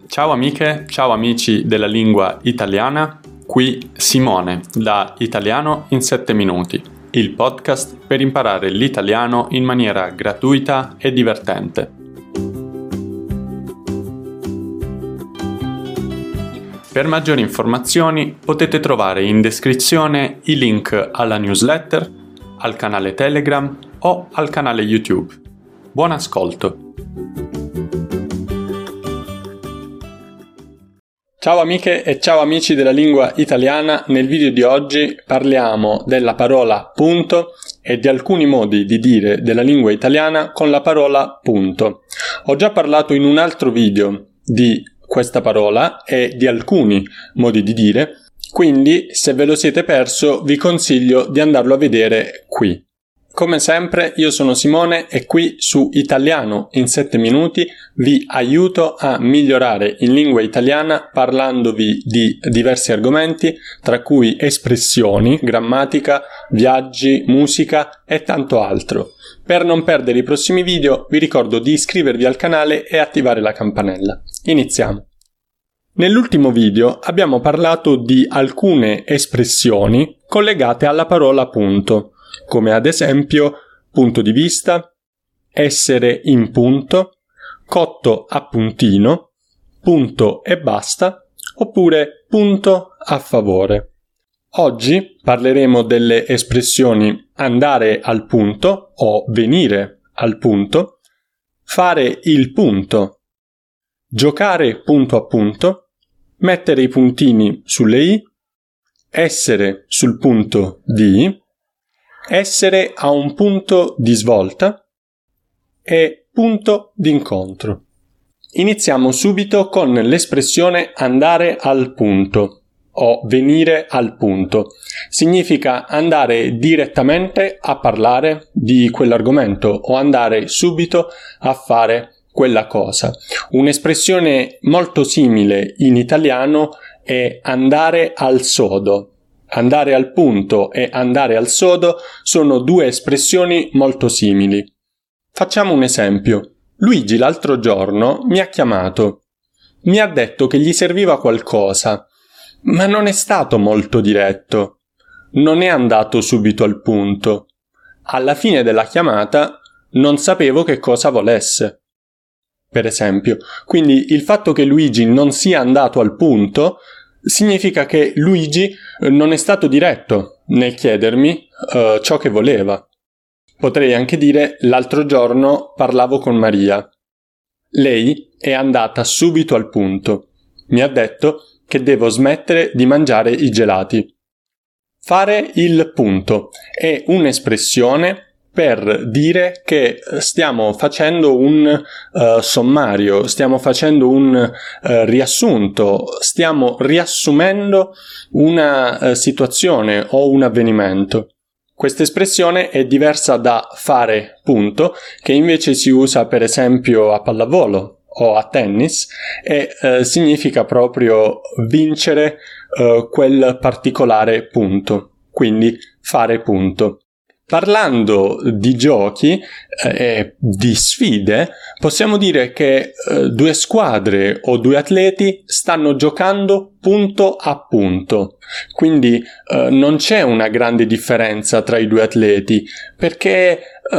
Ciao amiche, ciao amici della lingua italiana, qui Simone da Italiano in 7 minuti, il podcast per imparare l'italiano in maniera gratuita e divertente. Per maggiori informazioni potete trovare in descrizione i link alla newsletter, al canale Telegram o al canale YouTube. Buon ascolto! Ciao amiche e ciao amici della lingua italiana, nel video di oggi parliamo della parola punto e di alcuni modi di dire della lingua italiana con la parola punto. Ho già parlato in un altro video di questa parola e di alcuni modi di dire, quindi se ve lo siete perso vi consiglio di andarlo a vedere qui. Come sempre io sono Simone e qui su Italiano in 7 minuti vi aiuto a migliorare in lingua italiana parlandovi di diversi argomenti, tra cui espressioni, grammatica, viaggi, musica e tanto altro. Per non perdere i prossimi video vi ricordo di iscrivervi al canale e attivare la campanella. Iniziamo! Nell'ultimo video abbiamo parlato di alcune espressioni collegate alla parola punto, come ad esempio punto di vista, essere in punto, cotto a puntino, punto e basta, oppure punto a favore. Oggi parleremo delle espressioni andare al punto o venire al punto, fare il punto, giocare punto a punto, mettere i puntini sulle i, essere sul punto di i, essere a un punto di svolta e punto d'incontro. Iniziamo subito con l'espressione andare al punto o venire al punto. Significa andare direttamente a parlare di quell'argomento o andare subito a fare quella cosa. Un'espressione molto simile in italiano è andare al sodo. Andare al punto e andare al sodo sono due espressioni molto simili. Facciamo un esempio. Luigi l'altro giorno mi ha chiamato. Mi ha detto che gli serviva qualcosa, ma non è stato molto diretto. Non è andato subito al punto. Alla fine della chiamata non sapevo che cosa volesse. Per esempio, quindi il fatto che Luigi non sia andato al punto significa che Luigi non è stato diretto nel chiedermi ciò che voleva. Potrei anche dire l'altro giorno parlavo con Maria. Lei è andata subito al punto. Mi ha detto che devo smettere di mangiare i gelati. Fare il punto è un'espressione per dire che stiamo facendo un sommario, stiamo facendo un riassunto, stiamo riassumendo una situazione o un avvenimento. Questa espressione è diversa da fare punto, che invece si usa per esempio a pallavolo o a tennis e significa proprio vincere quel particolare punto, quindi fare punto. Parlando di giochi e di sfide, possiamo dire che due squadre o due atleti stanno giocando punto a punto. Quindi non c'è una grande differenza tra i due atleti, perché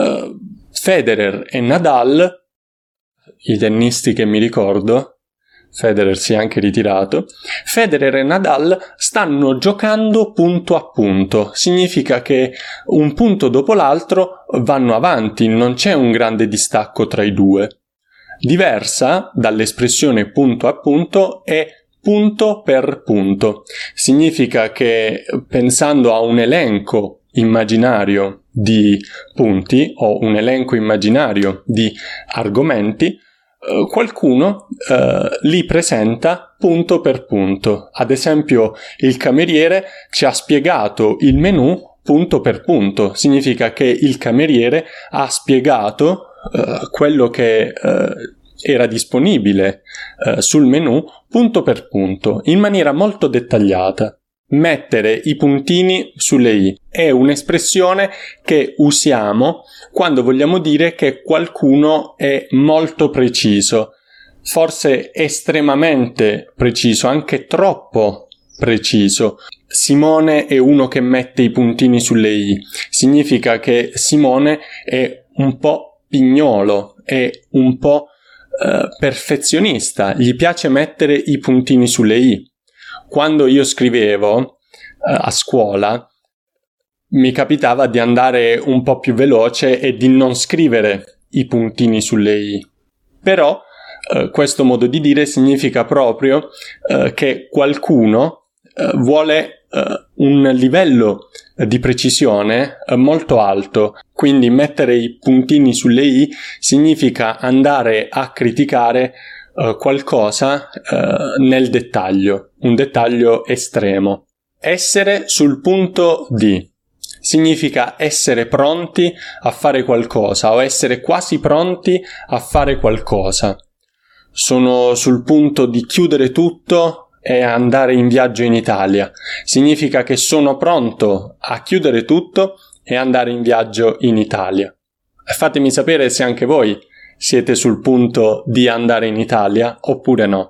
Federer e Nadal, i tennisti che mi ricordo, Federer si è anche ritirato, Federer e Nadal stanno giocando punto a punto. Significa che un punto dopo l'altro vanno avanti, non c'è un grande distacco tra i due. Diversa dall'espressione punto a punto è punto per punto. Significa che pensando a un elenco immaginario di punti o un elenco immaginario di argomenti, qualcuno li presenta punto per punto. Ad esempio, il cameriere ci ha spiegato il menù punto per punto. Significa che il cameriere ha spiegato quello che era disponibile sul menù punto per punto, in maniera molto dettagliata. Mettere i puntini sulle i è un'espressione che usiamo quando vogliamo dire che qualcuno è molto preciso. forse estremamente preciso, anche troppo preciso. Simone è uno che mette i puntini sulle i. Significa che Simone è un po' pignolo, è un po' perfezionista, gli piace mettere i puntini sulle i. Quando io scrivevo a scuola mi capitava di andare un po' più veloce e di non scrivere i puntini sulle i. Però questo modo di dire significa proprio che qualcuno vuole un livello di precisione molto alto. Quindi mettere i puntini sulle i significa andare a criticare qualcosa nel dettaglio, un dettaglio estremo. Essere sul punto di significa essere pronti a fare qualcosa o essere quasi pronti a fare qualcosa. Sono sul punto di chiudere tutto e andare in viaggio in Italia. Significa che sono pronto a chiudere tutto e andare in viaggio in Italia. Fatemi sapere se anche voi siete sul punto di andare in Italia oppure no.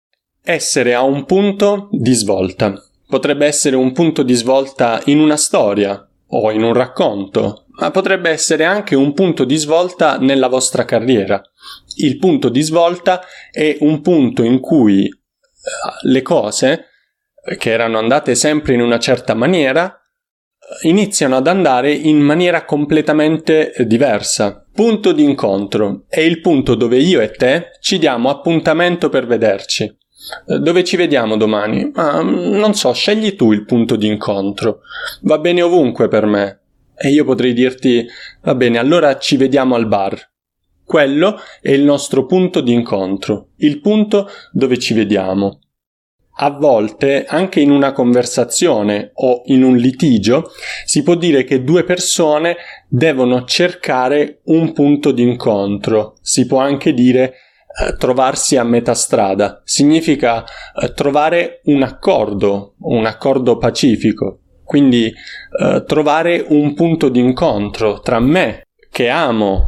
Essere a un punto di svolta. Potrebbe essere un punto di svolta in una storia o in un racconto, ma potrebbe essere anche un punto di svolta nella vostra carriera. Il punto di svolta è un punto in cui le cose, che erano andate sempre in una certa maniera, iniziano ad andare in maniera completamente diversa. Punto di incontro è il punto dove io e te ci diamo appuntamento per vederci. Dove ci vediamo domani? Non so, scegli tu il punto di incontro. Va bene ovunque per me. E io potrei dirti, va bene, allora ci vediamo al bar. Quello è il nostro punto di incontro, il punto dove ci vediamo. A volte, anche in una conversazione o in un litigio, si può dire che due persone devono cercare un punto di incontro. Si può anche dire trovarsi a metà strada. Significa trovare un accordo pacifico. Quindi trovare un punto di incontro tra me, che amo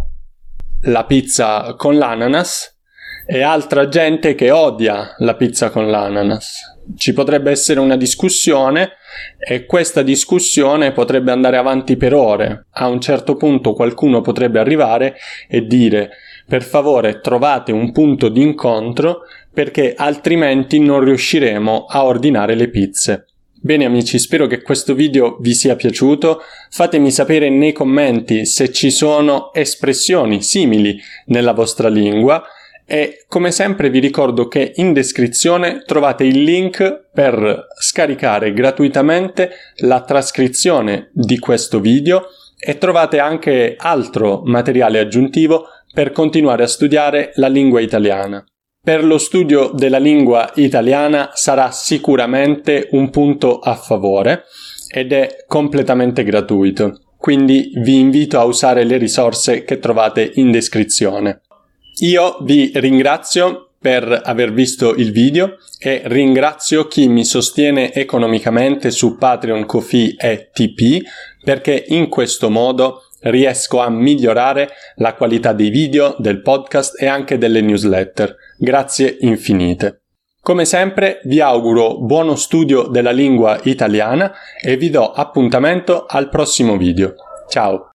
la pizza con l'ananas, e altra gente che odia la pizza con l'ananas. Ci potrebbe essere una discussione e questa discussione potrebbe andare avanti per ore. A un certo punto qualcuno potrebbe arrivare e dire: per favore trovate un punto di incontro perché altrimenti non riusciremo a ordinare le pizze. Bene amici, spero che questo video vi sia piaciuto. Fatemi sapere nei commenti se ci sono espressioni simili nella vostra lingua e come sempre vi ricordo che in descrizione trovate il link per scaricare gratuitamente la trascrizione di questo video e trovate anche altro materiale aggiuntivo per continuare a studiare la lingua italiana. Per lo studio della lingua italiana sarà sicuramente un punto a favore ed è completamente gratuito, quindi vi invito a usare le risorse che trovate in descrizione. Io vi ringrazio per aver visto il video e ringrazio chi mi sostiene economicamente su Patreon, Ko-fi e TP, perché in questo modo riesco a migliorare la qualità dei video, del podcast e anche delle newsletter. Grazie infinite. Come sempre vi auguro buono studio della lingua italiana e vi do appuntamento al prossimo video. Ciao!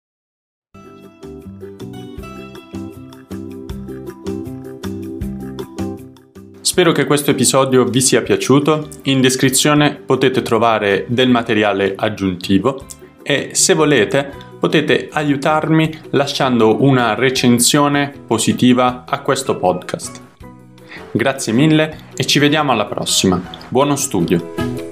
Spero che questo episodio vi sia piaciuto. In descrizione potete trovare del materiale aggiuntivo e se volete potete aiutarmi lasciando una recensione positiva a questo podcast. Grazie mille e ci vediamo alla prossima. Buono studio!